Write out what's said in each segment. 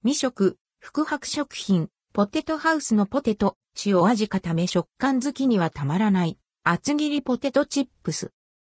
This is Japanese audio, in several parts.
未食、福伯食品、ポテトハウスのポテト、塩味固め食感好きにはたまらない、厚切りポテトチップス。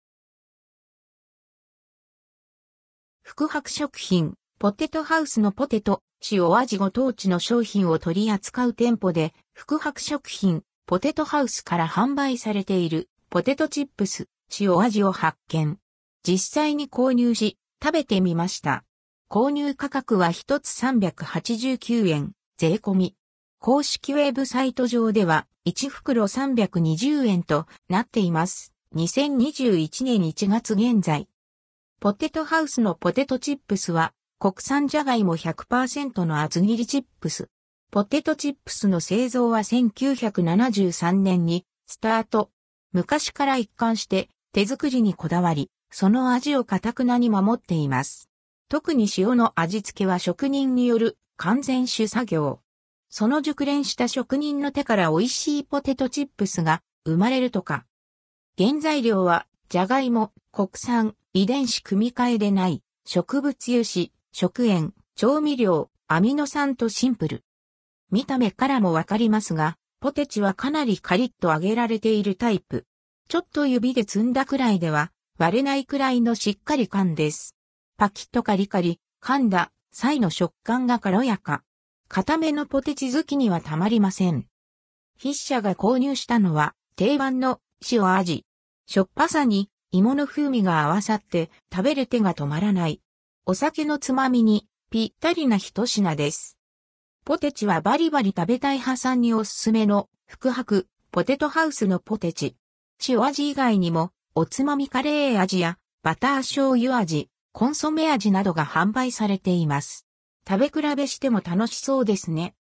福伯食品、ポテトハウスのポテト、塩味ご当地の商品を取り扱う店舗で、福伯食品、ポテトハウスから販売されている、ポテトチップス、塩味を発見。実際に購入し、食べてみました。購入価格は1つ389円、税込み。公式ウェブサイト上では、1袋320円となっています。2021年1月現在。ポテトハウスのポテトチップスは、国産じゃがいも 100% の厚切りチップス。ポテトチップスの製造は1973年にスタート。昔から一貫して手作りにこだわり、その味を堅くなに守っています。特に塩の味付けは職人による完全手作業。その熟練した職人の手から美味しいポテトチップスが生まれるとか。原材料は、じゃがいも、国産、遺伝子組み換えでない、植物油脂、食塩、調味料、アミノ酸とシンプル。見た目からもわかりますが、ポテチはかなりカリッと揚げられているタイプ。ちょっと指で積んだくらいでは、割れないくらいのしっかり感です。パキッとカリカリ、噛んだ際の食感が軽やか。固めのポテチ好きにはたまりません。筆者が購入したのは定番の塩味。しょっぱさに芋の風味が合わさって食べる手が止まらない。お酒のつまみにぴったりな一品です。ポテチはバリバリ食べたい派さんにおすすめの福伯ポテトハウスのポテチ。塩味以外にもおつまみカレー味やバター醤油味、コンソメ味などが販売されています。食べ比べしても楽しそうですね。